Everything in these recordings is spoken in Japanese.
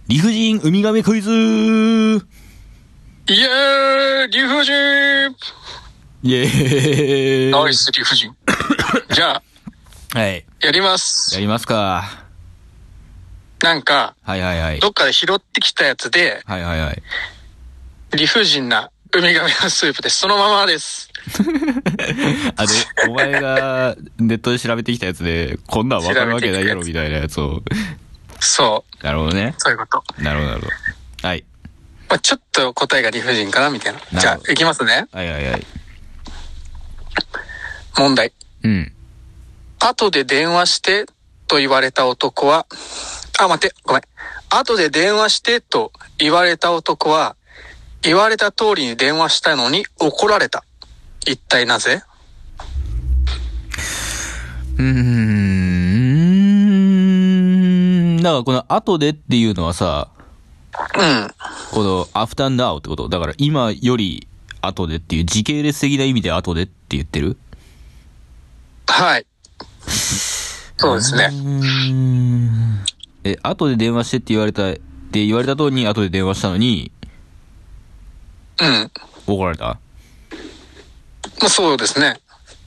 理不尽ウミガメクイズ。イエーイ理不尽。 イエーイ。 ナイス理不尽。じゃあ、 はい。 やります。 やりますか。 なんか、 はいはいはい。 どっかで拾ってきたやつで、 はいはいはい。 理不尽なウミガメのスープです。そのままです。 あ、で、お前がネットで調べてきたやつで、こんなん分かるわけないやろみたいなやつを。 そう。 なるほどね。 そういうこと。 なるほどなるほど。はい。 まあ、ちょっと答えが理不尽かなみたいな。じゃあ、いきますね。 はいはいはい。 問題。 うん。 後で電話してと言われた男は、あ、待って、ごめん。後で電話してと言われた男は、言われた通りに電話したのに怒られた。一体なぜ？ だからこの後でっていうのはさ、 うん。 このアフターナウってこと。だから今より後でっていう時系列的な意味で後でって言ってる？ はい。そうですね。 後で電話してって言われた通りに後で電話したのに、 うん。 怒られた？ まあ、そうですね。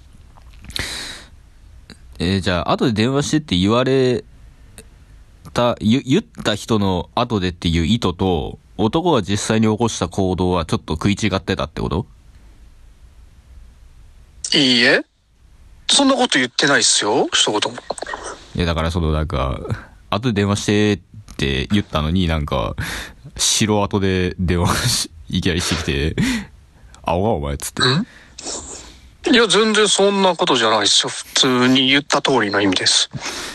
じゃあ後で電話してって言われた、言った人の後でっていう意図と、男が実際に起こした行動はちょっと食い違ってたってこと？ いいえ。そんなこと言ってないっすよ。一言も。 いやだからそのなんか、後で電話してって言ったのになんか、白後で電話いきなりしてきて、青がお前っつって。 いや、全然そんなことじゃないっすよ。普通に言った通りの意味です。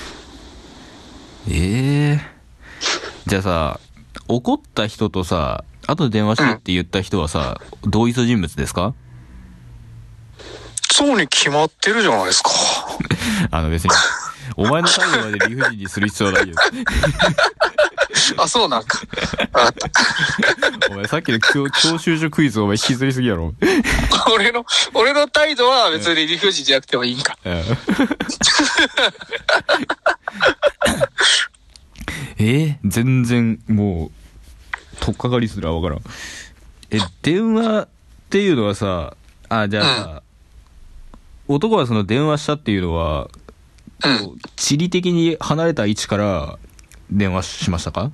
じゃあさ、怒った人とさ、後で電話してって言った人はさ、同一人物ですか？ そうに決まってるじゃないですか。 別に、お前の態度まで理不尽にする必要はないよ。 あ、そうなんか。わかった。 お前さっきの教習所クイズお前引きずりすぎやろ。 俺の態度は別に理不尽じゃなくてもいいんか。 全然もう取っかかりすらわからん。電話っていうのはさ、じゃあさ、男はその電話したっていうのは、地理的に離れた位置から電話しましたか？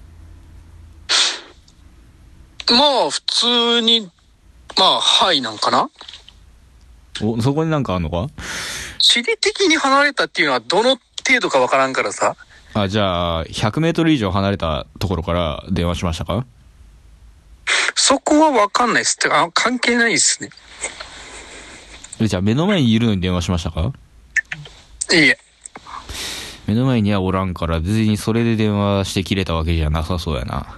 まあ普通に、まあはいなんかな。 そこになんかあんのか？ 地理的に離れたっていうのはどの程度かわからんからさ。 じゃあ100メートル以上離れたところから電話しましたか？ そこはわかんないっす。ってか関係ないっすね。 じゃあ目の前にいるのに電話しましたか？ いいえ。 目の前にはおらんから別にそれで電話して切れたわけじゃなさそうやな。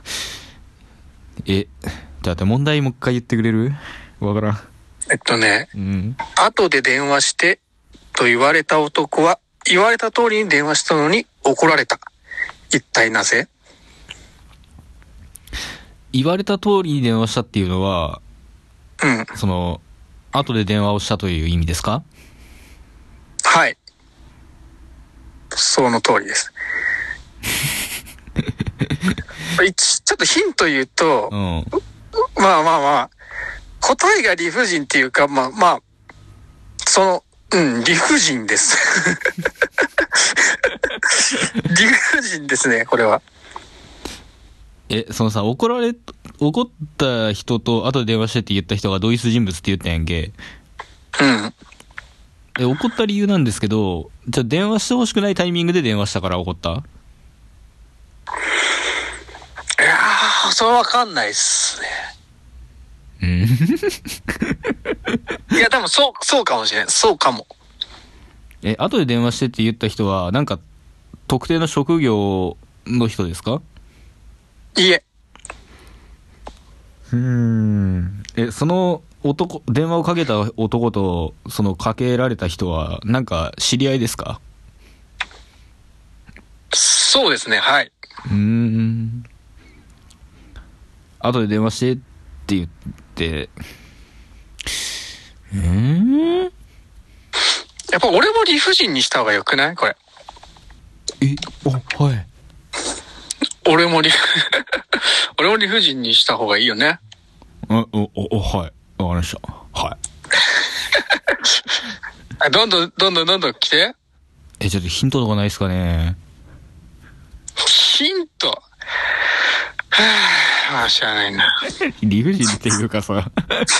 だって問題もう一回言ってくれる？わからん。 後で電話してと言われた男は言われた通りに電話したのに怒られた。一体なぜ？ 言われた通りに電話したっていうのは、その後で電話をしたという意味ですか？ はい。その通りです。ちょっとヒント言うと、まあ、答えが理不尽っていうか、理不尽です。理不尽ですね、これは。 そのさ、怒った人と後で電話してって言った人が同一人物って言ったやんけ。怒った理由なんですけど、じゃあ電話してほしくないタイミングで電話したから怒った？ いやー、それわかんないっすね。いや、多分そうかもしれん。そうかも。 後で電話してって言った人は、なんか、特定の職業の人ですか？ いいえ。 その電話をかけた男と、そのかけられた人は、なんか知り合いですか？ そうですね、はい。 後で電話してって言って、 やっぱ俺も理不尽にした方がよくない？これ。 はい。 俺も俺も理不尽にした方がいいよね。 はい。わかりました。はい。 どんどん来て。 ちょっとヒントとかないですかね。 ヒント。まあ、知らないな。 理不尽っていうかさ。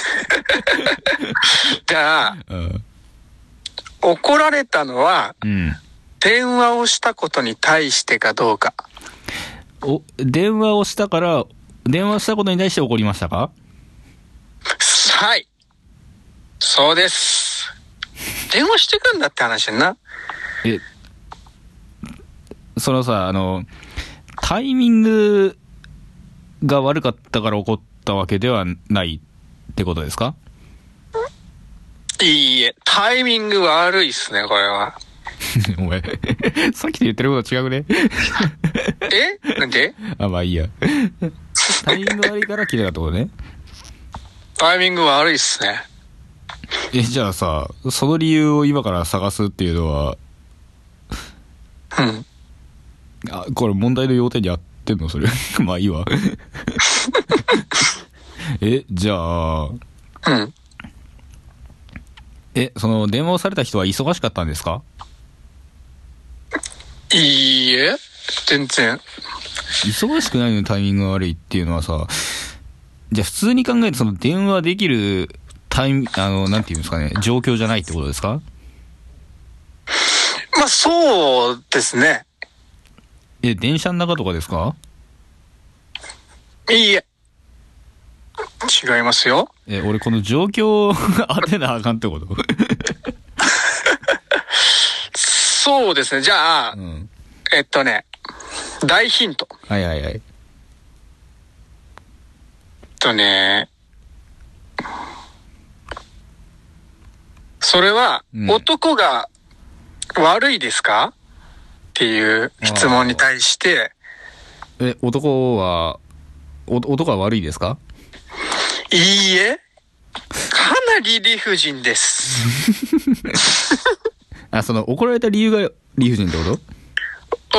じゃあ、怒られたのは、電話をしたことに対してかどうか。 電話したことに対して怒りましたか？ はい。そうです。電話してくんだって話やんな。 そのさ、タイミングが悪かったから怒ったわけではないってことですか？ いいえ、タイミング悪いっすね、これは。 お前、さっきと言ってること違うね。 なんで？ まあいいや。タイミング悪いから切れたってことね。 タイミング悪いっすね。 じゃあさ、その理由を今から探すっていうのは、これ問題の要点に合ってんのそれ。まあいいわ。じゃあ、その電話をされた人は忙しかったんですか？ いいえ、全然。 忙しくないのにタイミングが悪いっていうのはさ、じゃあ普通に考えてその電話できるなんていうんですかね、状況じゃないってことですか？ まあそうですね。 電車の中とかですか？ いいえ。違いますよ。 俺この状況を当てなあかんってこと？ そうですね。じゃあ、大ヒント。 はい。 それは、男が悪いですかっていう質問に対して、 男は悪いですか？ いいえ、かなり理不尽です。 その怒られた理由が理不尽ってこと？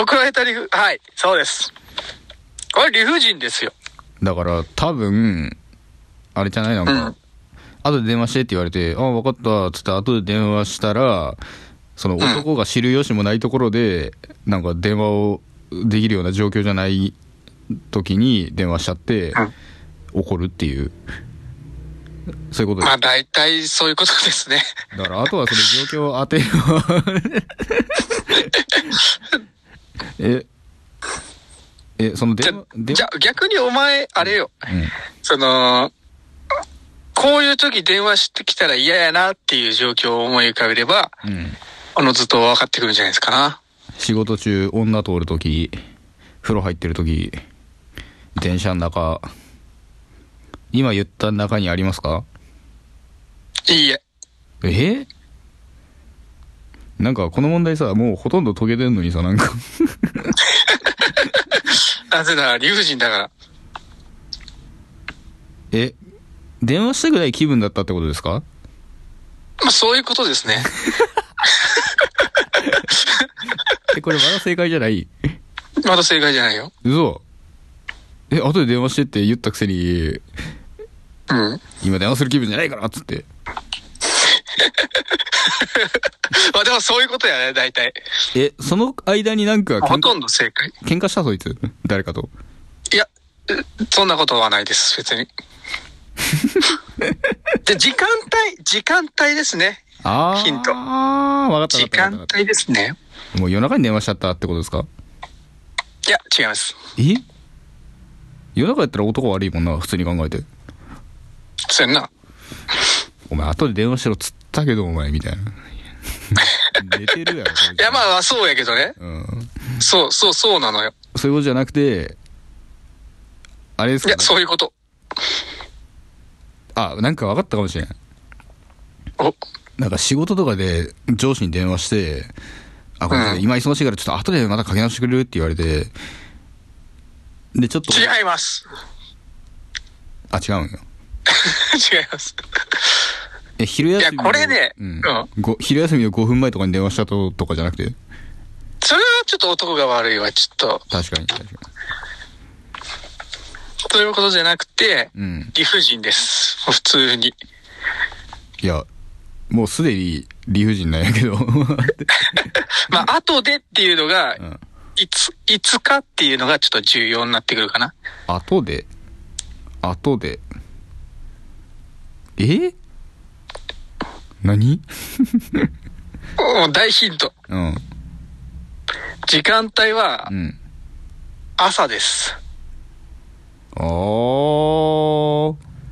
怒られた理由、はい、そうです。これ理不尽ですよ。 だから多分あれじゃない、なんか、後で電話してって言われて、分かったっつって後で電話したら、その男が知る由もないところで、なんか電話をできるような状況じゃない時に電話しちゃって、怒るっていう、そういうことです。 まあ大体そういうことですね。 だからあとはその状況を当てよそのじゃあ逆にお前あれよ、こういう時電話してきたら嫌やなっていう状況を思い浮かべれば、ずっと分かってくるんじゃないですかな。 仕事中、女通る時、風呂入ってる時、電車の中、今言った中にありますか？ いいえ。 なんかこの問題さ、もうほとんど解けてんのにさ、なんかなぜなら理不尽だから。 電話したくない気分だったってことですか？ まあそういうことですね。 これまだ正解じゃない？ まだ正解じゃないよ。 嘘？後で電話してって言ったくせに、今電話する気分じゃないからっつって。 まあでもそういうことやね、大体。 その間になんかほとんど正解。 喧嘩したそいつ？誰かと？ いや、そんなことはないです、別に。で、時間帯ですね。ヒント。 分かった。 時間帯ですね。 もう夜中に電話しちゃったってことですか？ いや、違います。 夜中やったら男悪いもんな、普通に考えて。 そうやんな。 お前後で電話しろっつったけどお前みたいな。寝てるやろ。 いやまあそうやけどね。そうなのよ。 そういうことじゃなくて、あれですか、ね？ いや、そういうこと。 なんか分かったかもしれん。なんか仕事とかで上司に電話して、これ、今忙しいからちょっと後でまたかけ直してくれるって言われて、で、ちょっと。 違います。 違うんよ。 違います。 昼休み。 いや、これね、 昼休みの5分前とかに電話したとかじゃなくて？ それはちょっと男が悪いわ、ちょっと。 確かに。 そういうことじゃなくて、 うん。 理不尽です。普通に。 いや、もうすでに理不尽なんやけど。 まあ、後でっていうのが、 うん。 いつかっていうのがちょっと重要になってくるかな。 後で。え何？ もう大ヒント。 うん。 時間帯はうん。 朝です。 あー。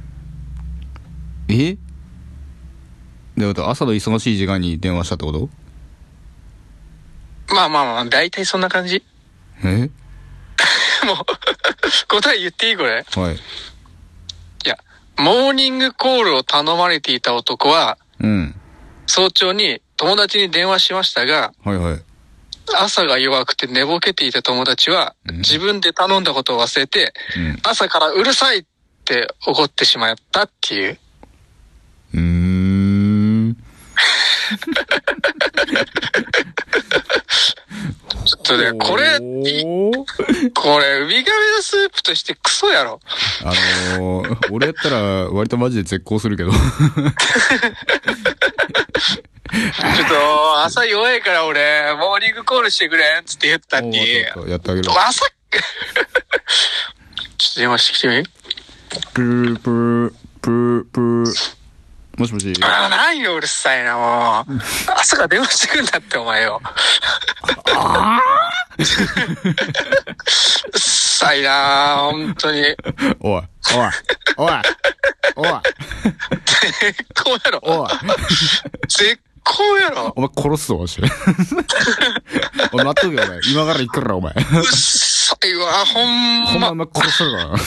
えで、朝の忙しい時間に電話したってこと？ まあまあまあ、大体そんな感じ。 えもう、答え言っていいこれ。 はい。 いや、モーニングコールを頼まれていた男は、 うん。 早朝に友達に電話しましたが、 はいはい。 朝が弱くて寝ぼけていた友達は、 うん自分で頼んだことを忘れて、 うん朝からうるさいって怒ってしまったっていう。 うーん。 ちょっとね、これ、これ、ウミガメのスープとしてクソやろ。 俺やったら割とマジで絶交するけど。 ちょっと、朝弱いから俺、モーニングコールしてくれんつって言ったっていう。 やってあげる。 朝ちょっと電話してきてみ。 プープープープー。もしもし。 なんよ、うるさいな、もう。朝から電話してくんだって、お前よ。うっさいな、本当に。 おい。絶好やろ。絶好やろ。 お前殺すぞ、マジで。お前待っとけよ、お前。今から行くから、お前。 うっさいわ、ほんま。 お前殺するからな。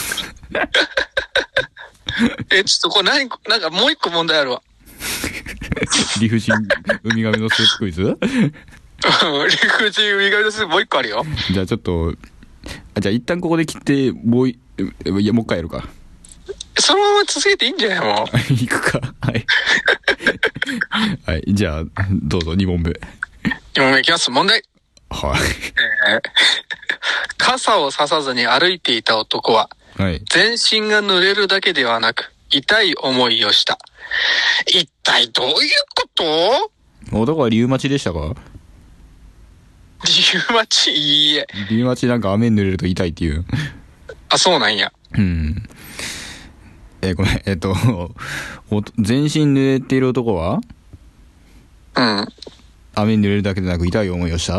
ちょっとこれなんかもう一個問題あるわ。 理不尽ウミガメのスープクイズ？ 理不尽ウミガメのスープもう一個あるよ。 じゃあちょっと、じゃあ一旦ここで切って、もう一回やるか。 そのまま続けていいんじゃないもう。 行くか。はい。はい。じゃあ、どうぞ、2問目。 2問目いきます。問題。 はい。 傘をささずに歩いていた男は、 はい。 全身が濡れるだけではなく、痛い思いをした。一体どういうこと？ 男はリウマチでしたか？ 理由待ち？いいえ。 リウマチなんか雨に濡れると痛いっていう。 あ、そうなんや。 うん。ごめん、全身濡れている男はうん。 雨に濡れるだけでなく痛い思いをした？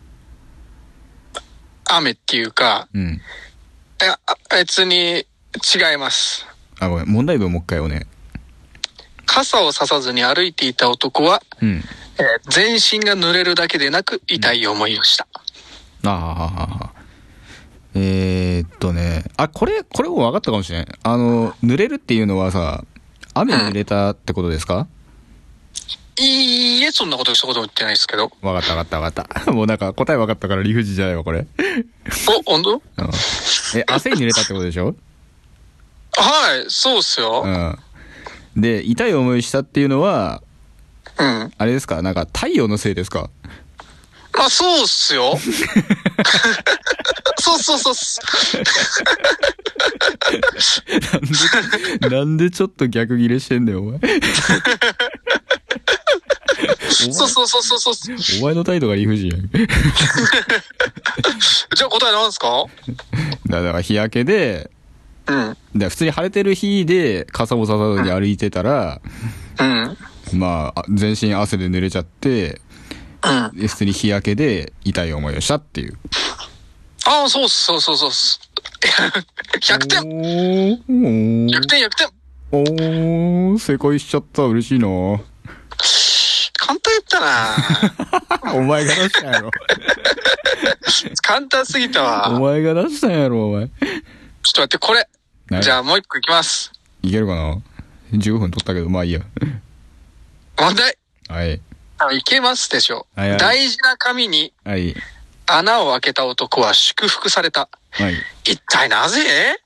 雨っていうか、 うん。 いや、別に違います。 あ、ごめん、問題文もう一回をね。 傘をささずに歩いていた男は、 うん。 全身が濡れるだけでなく痛い思いをした。 ああ。これも分かったかもしれん。濡れるっていうのはさ、雨に濡れたってことですか？ いいえ、そんなこと一言も言ってないですけど。 分かった。もうなんか答え分かったから理不尽じゃないわ、これ。 本当？ うん。汗に濡れたってことでしょ？ はい、そうっすよ。 うん。で、痛い思いしたっていうのは、 うん。 あれですか？なんか太陽のせいですか？ まあ、そうっすよ。そうっす。 なんでちょっと逆ギレしてんだよ、お前。 そう。 お前の態度が理不尽やん。 じゃあ答えなんですか？ だから日焼けで、 うん。 普通に晴れてる日で傘もささずに歩いてたら、 うん。 まあ、全身汗で濡れちゃって、 うん。 普通に日焼けで痛い思いをしたっていう。 ああ、そうっす。100点。100点。 おー、正解しちゃった。嬉しいな。 簡単やったな。 お前が出したんやろ。 簡単すぎたわ。 お前が出したんやろ、お前。 ちょっと待って、これ。じゃあもう一個いきます。 いけるかな？ 15 分取ったけど、まあいいや。 問題。 はい。 いけますでしょう。 はい。 大事な紙に穴を開けた男は祝福された。 はい。 一体なぜ？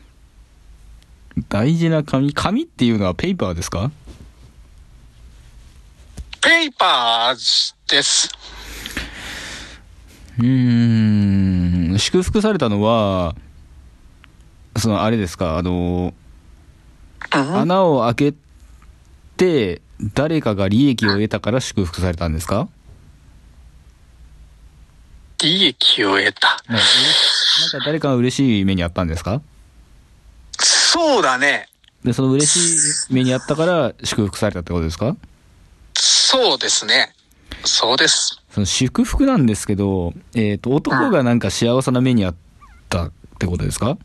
大事な紙っていうのはペーパーですか？ ペーパーです。 祝福されたのは、 そのあれですか、 うん穴を開けて誰かが利益を得たから祝福されたんですか？ 利益を得た。 なんか誰かが嬉しい目にあったんですか？ そうだね。 で、その嬉しい目にあったから祝福されたってことですか？ そうですね。そうです。 その祝福なんですけど、男がなんか幸せな目にあったってことですか？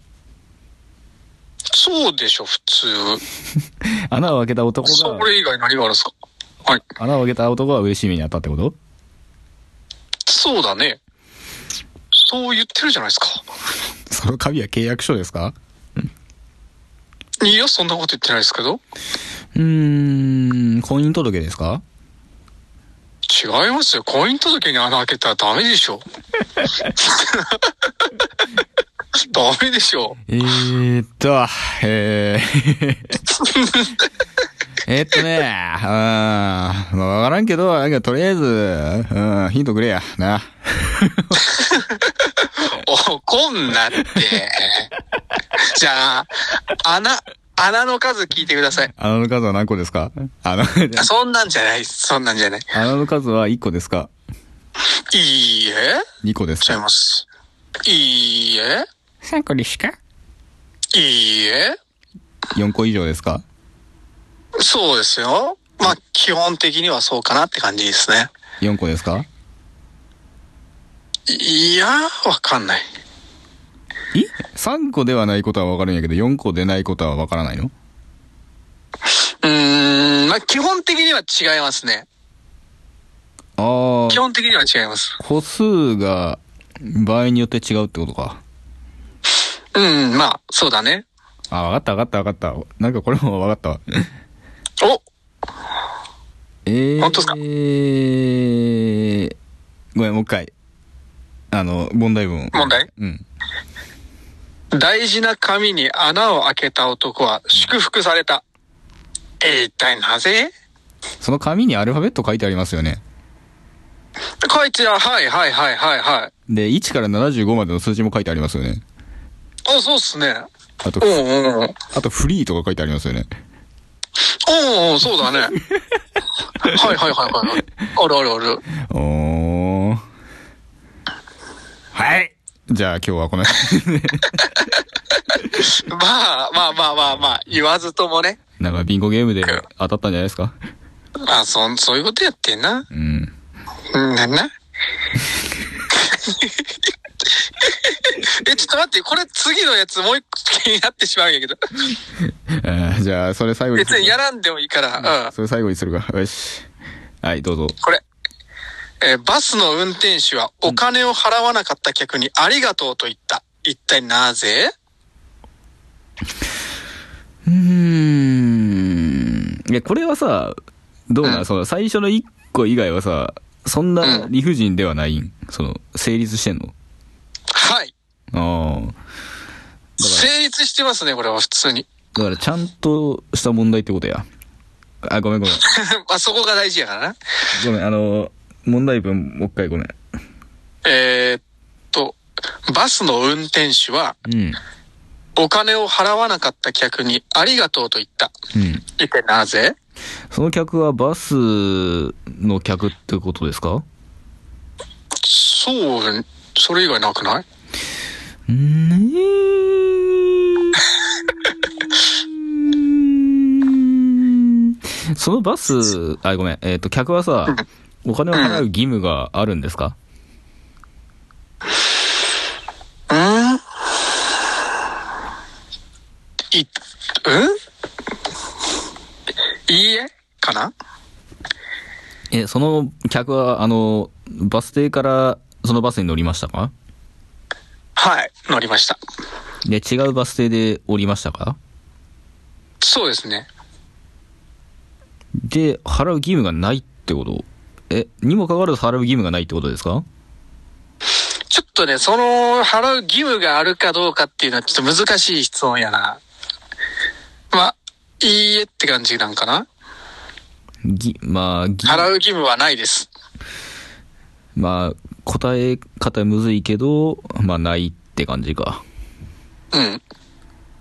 そうでしょ、普通。 穴を開けた男そが、 れ以外何があるんですか？はい。 穴を開けた男が嬉しい目にあったってこと？ そうだね。そう言ってるじゃないですか。 その紙は契約書ですか？ いや、そんなこと言ってないですけど。 婚姻届ですか？ 違いますよ。婚姻届に穴開けたらダメでしょ。ダメでしょ。 えーっとね、まあ、わからんけど、なんかとりあえず、ヒントくれや、な。 怒んなって。じゃあ、穴の数聞いてください。 穴の数は何個ですか？ そんなんじゃない。そんなんじゃない。 穴の数は1個ですかいいえ。 2個です違いか？ ます。いいえ。 3個ですか？ いいえ。 4個以上ですか？ そうですよ。まあ、基本的にはそうかなって感じですね。 4個ですか？ いや、わかんない。 3個ではないことはわかるんやけど、4個でないことはわからないの？ まあ、基本的には違いますね。 ああ。 基本的には違います。 歩数が場合によって違うってことか。 まあ、そうだね。 あ、わかった。なんかこれもわかったわ。 お本当ですか？ ごめん、もう一回。問題文。 問題？ うん。 大事な紙に穴を開けた男は祝福された。一体なぜ？ その紙にアルファベット書いてありますよね。 書いてある。はい。 で、1から75までの数字も書いてありますよね。 あ、そうっすね。 あと、 うん。 あとフリーとか書いてありますよね。 そうだね。はい。ある。 おー。はい。じゃあ今日はこの辺で。 まあ、言わずともね。 なんかビンゴゲームで当たったんじゃないですか？ あ、そういうことやってんな。 うん。 なんなちょっと待って、これ次のやつもう一個気になってしまうんやけど。 じゃあ、それ最後に。 別にやらんでもいいから、 それ最後にするか。よし。はい、どうぞ。 これ。バスの運転手はお金を払わなかった客にありがとうと言った。一体なぜ？ これはさ、どうな、その最初の1個以外はさ、そんな理不尽ではないん？成立してんの？ はい。 ああ。 成立してますね、これは普通に。 だからちゃんとした問題ってことや。あ、ごめん。 まあそこが大事やからな。 ごめん、問題文もう一回ごめん。 バスの運転手は、お金を払わなかった客にありがとうと言った。一体なぜ？ その客はバスの客ってことですか？ そう、それ以外なくない？ そのバス、ごめん、客はさ、お金を払う義務があるんですか？ いいえかな？ その客は、バス停からそのバスに乗りましたか？ はい、乗りました。 で、違うバス停で降りましたか？ そうですね。 で、払う義務がないってこと？にもかかわらず払う義務がないってことですか？ ちょっとね、その、払う義務があるかどうかっていうのはちょっと難しい質問やな。まあ、いいえって感じなんかな？払う義務はないです。 まあ、答え方むずいけど、まあ、ないって感じか。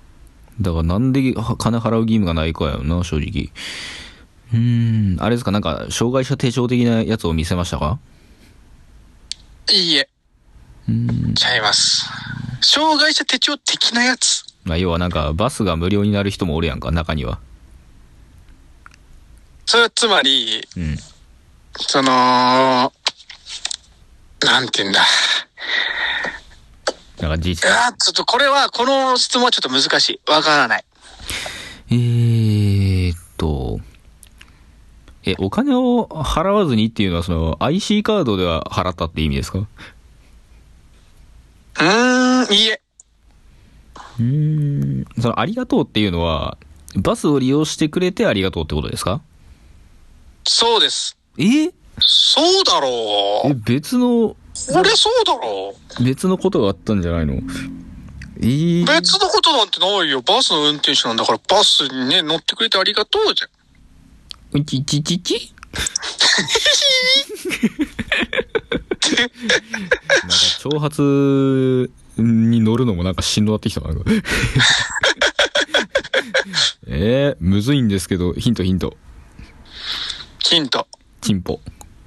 だからなんで金払う義務がないかやな、正直。あれですか、なんか、障害者手帳的なやつを見せましたか？ いいえ。ちゃいます。障害者手帳的なやつ。 まあ、要はなんか、バスが無料になる人もおるやんか、中には。 それはつまり、なんて言うんだ。 なんか実際。ちょっとこの質問はちょっと難しい。わからない。 お金を払わずにっていうのは、その、IC カードでは払ったって意味ですか？ いいえ。 その、ありがとうっていうのは、バスを利用してくれてありがとうってことですか？ そうです。そうだろう。 別の、 それそうだろう。別のことがあったんじゃないの？ 別のことなんてないよ。バスの運転手なんだから、バスにね、乗ってくれてありがとうじゃん。なんか挑発に乗るのもなんかしんどなってきたな。むずいんですけど、ヒント。 チンポ。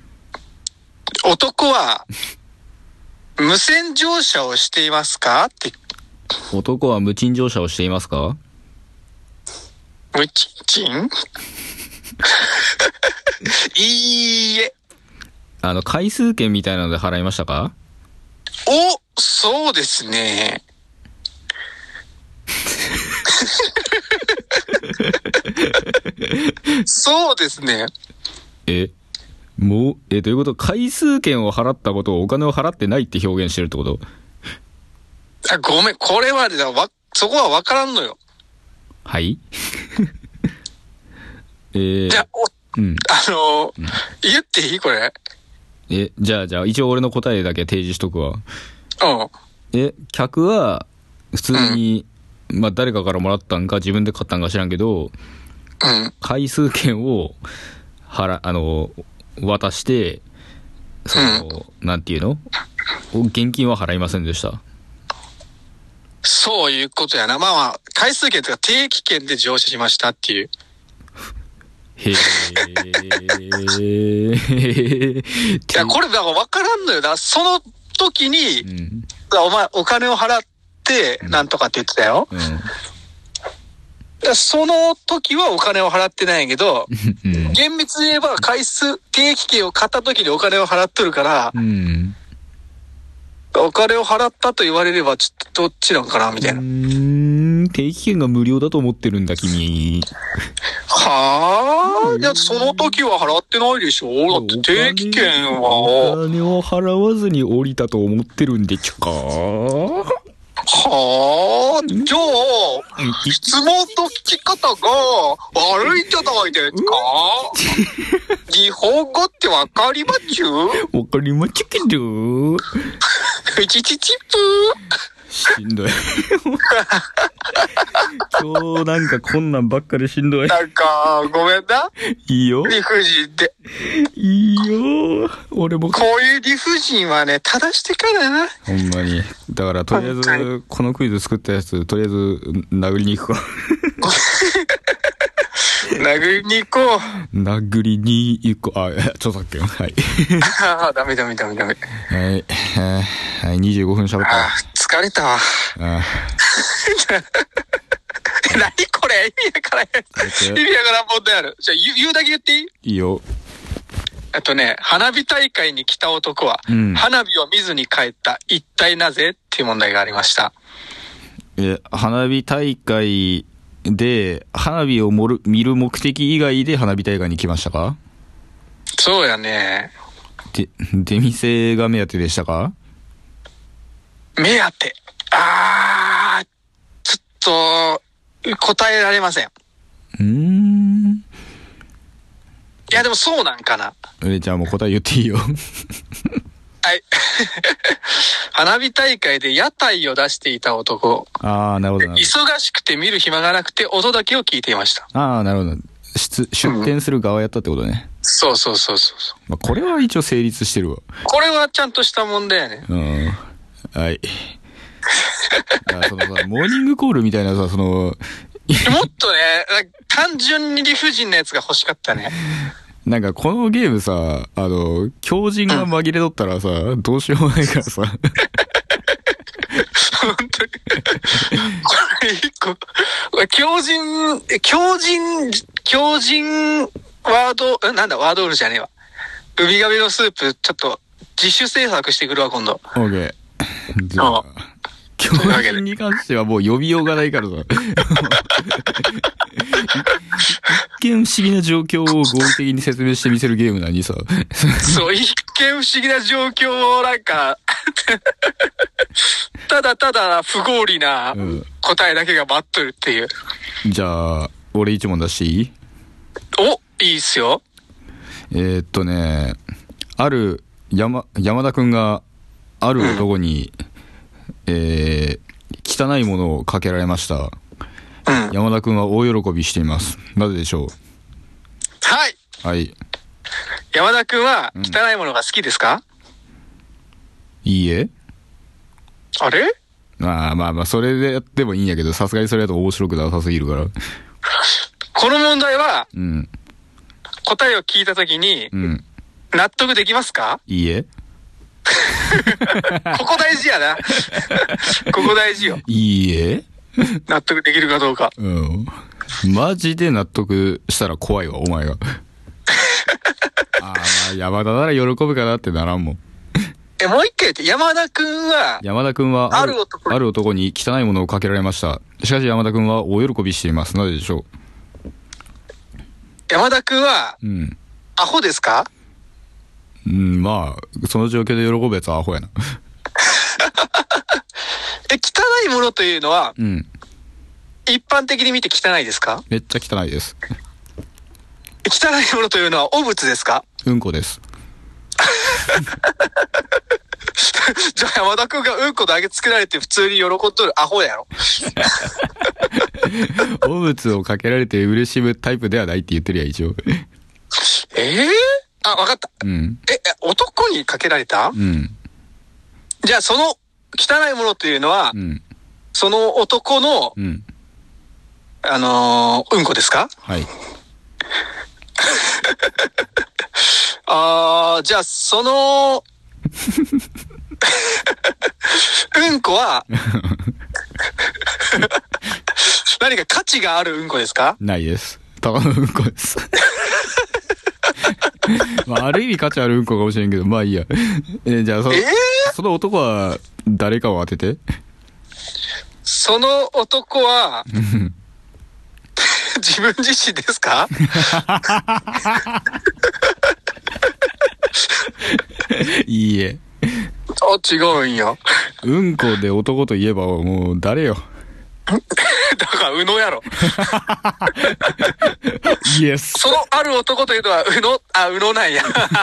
男は、無線乗車をしていますかって。 男は無賃乗車をしていますか？ 無賃いいえ。 回数券みたいなので払いましたか？ そうですね。そうですね。 どういうこと？回数券を払ったことをお金を払ってないって表現してるってこと？ ごめん、これはそこは分からんのよ。 はい。 じゃあ、言っていいこれ。 じゃあ、一応俺の答えだけ提示しとくわ。客は、普通に、まあ、誰かからもらったんか、自分で買ったんか知らんけど、回数券を、渡して、なんていうの？現金は払いませんでした。 そういうことやな。まあ、回数券とか定期券で乗車しましたっていう。いや、これだから分からんのよ。だからその時に、お前お金を払って、なんとかって言ってたよ。その時はお金を払ってないんやけど、厳密に言えば定期券を買った時にお金を払っとるから、お金を払ったと言われればちょっとどっちなんかなみたいな。 定期券が無料だと思ってるんだ君。 いや、その時は払ってないでしょ。だって定期券はお金を払わずに降りたと思ってるんでちゅか。 じゃあ、質問の聞き方が悪いんじゃないですか？日本語ってわかりまちゅ？ わかりまちゅけど。 チチチプしんどい。今日なんかこんなんばっかりしんどい。 なんか、ごめんな。 いいよ。 理不尽で。 いいよ。俺も。 こういう理不尽はね、正してからな。 ほんまに。だからとりあえず、このクイズ作ったやつ、とりあえず殴りに行くか。 殴りに行こう。 殴りに行こう。ちょっとだっけ。はい。 ダメ。はい。 はい、25分喋った。 疲れたわ。何これ意味わからん問題ある。じゃあ言うだけ言っていい？ いいよ。 花火大会に来た男は、花火を見ずに帰った。一体なぜ？っていう問題がありました。 花火大会で、花火を見る目的以外で花火大会に来ましたか？ そうやね。 出店が目当てでしたか？ 目当て。ちょっと、答えられません。いや、でもそうなんかな。 じゃあもう答え言っていいよ。はい。 花火大会で屋台を出していた男。 なるほど。忙しくて見る暇がなくて音だけを聞いていました。 なるほど。出店する側やったってことね。 そう。 まあ、これは一応成立してるわ。 これはちゃんとした問題やね。 はい。 そのさ、モーニングコールみたいなさ、その、 もっとね、単純に理不尽なやつが欲しかったね。 なんかこのゲームさ、強靭が紛れとったらさ、どうしようもないからさ。 本当に。これ一個、強靭ワード、なんだ、ワードウルじゃねえわ。ウミガメのスープ、ちょっと、自主制作してくるわ、今度。 オーケー。じゃあ、強靭に関してはもう呼びようがないからさ。一見不思議な状況を合理的に説明してみせるゲームなのにさ。 そう、一見不思議な状況をなんか、ただただ不合理な答えだけが待っとるっていう。 じゃあ、俺一問出していい？ お、いいっすよ。 ある山田くんがある男に、汚いものをかけられました。山田くんは大喜びしています。なぜでしょう？ はい。 はい。 山田くんは汚いものが好きですか？ いいえ。 あれ？ まあ、それでやってもいいんやけど、さすがにそれだと面白くなさすぎるから。 この問題は、答えを聞いたときに、納得できますか？ いいえ。 ここ大事やな。ここ大事よ。 いいえ。 納得できるかどうか。 マジで納得したら怖いわ、お前が。まあ、山田なら喜ぶかなってならんもん。 もう一回言って、山田くんはある男に汚いものをかけられました。しかし山田くんは大喜びしています。なぜでしょう？ 山田くんは、アホですか？ まあ、その状況で喜ぶやつはアホやな。 汚いものというのは、一般的に見て汚いですか？ めっちゃ汚いです。 汚いものというのは汚物ですか？ うんこです。 じゃあ山田くんがうんこだけ作られて普通に喜んどるアホやろ。 汚物をかけられて嬉しむタイプではないって言ってるやん、一応。 あ、わかった。男にかけられた？じゃあその汚いものというのは、その男の、うんこですか？ はい。 じゃあその、うんこは、何か価値があるうんこですか？ ないです。ただのうんこです。まあ、ある意味価値あるうんこかもしれんけど、まあいいや。じゃあその男は誰かを当てて。 その男は、自分自身ですか？ いいえ。 違うんや。 うんこで男といえばもう誰よ。 だから宇野やろ。 イエス。 そのある男というのは宇野なんや。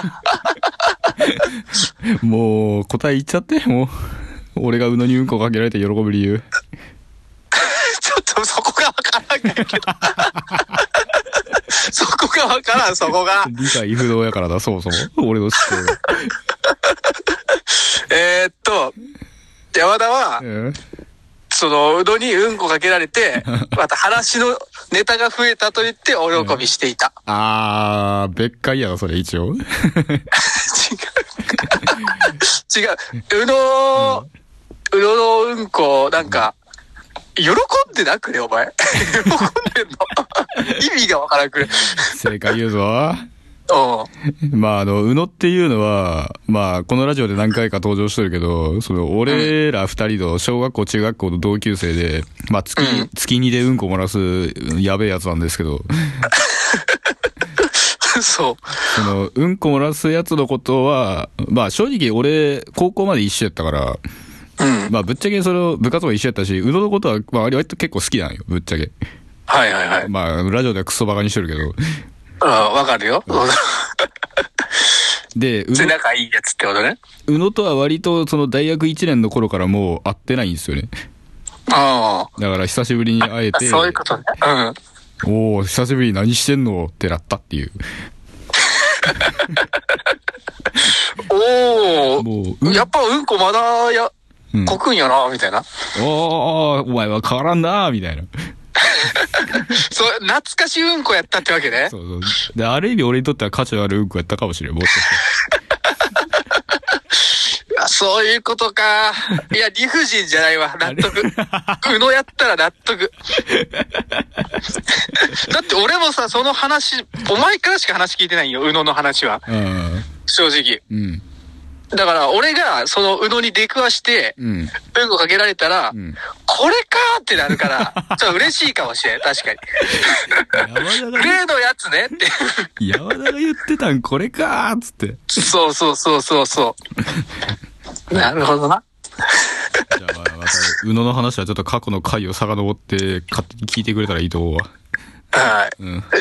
もう答え言っちゃって、もう。俺が宇野にうんこかけられて喜ぶ理由。 ちょっとそこがわからんけど。そこがわからん、そこが。 理解不能やからな、そもそも。俺の思考が。 山田は、その、うどにうんこかけられて、また話のネタが増えたと言ってお喜びしていた。 別解やな、それ一応。違う。 うどのうんこ、なんか、喜んでなくね、お前。喜んでんの意味がわからんくれ。 正解言うぞ。まあ、宇野っていうのは、まあ、このラジオで何回か登場してるけど、俺ら二人の小学校、中学校の同級生で、まあ、月2でうんこ漏らす、やべえやつなんですけど。 そう。 うんこ漏らすやつのことは、まあ、正直俺、高校まで一緒やったから、まあ、ぶっちゃけ部活も一緒やったし、宇野のことは、まあ、割と結構好きなんよ、ぶっちゃけ。 はいはいはい。 まあ、ラジオではクソバカにしてるけど。 わかるよ。 で、 仲いいやつってことね。 宇野とは割と大学1年の頃からもう会ってないんですよね。だから久しぶりに会えて。 そういうことね。 おー、久しぶりに何してんのってなったっていう。 もうやっぱうんこまだこくんよな、みたいな。 お前は変わらんな、みたいな。 そう、懐かしいうんこやったってわけね。 そうそう。で、ある意味俺にとっては価値のあるうんこやったかもしれん、もしかして。 そういうことか。いや、理不尽じゃないわ。納得。宇野やったら納得。だって俺もさ、その話、お前からしか話聞いてないよ、宇野の話は。正直。 うん。 だから、俺が、その、宇野に出くわして、うんこかけられたら、これかーってなるから、ちょっと嬉しいかもしれん、確かに。例のやつねって。 山田が言ってたん、これかーっつって。 そう。なるほどな。 じゃあ、また、宇野の話はちょっと過去の回を遡って、勝手に聞いてくれたらいいと思うわ。 はい。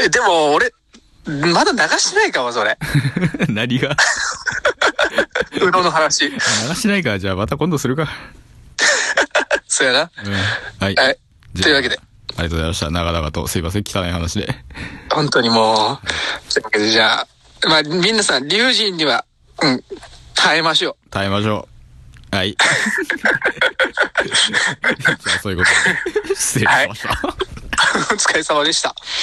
でも、俺、まだ流してないかも、それ。 何が宇野の話。 流してないか、じゃあまた今度するか。 そうやな。 はい。 というわけで。 ありがとうございました。長々と、すいません、汚い話で。 本当にもう。というわけで、じゃあ、まあ、皆さん、理不尽には、耐えましょう。 耐えましょう。はい。じゃあ、そういうことで。失礼しました。 お疲れ様でした。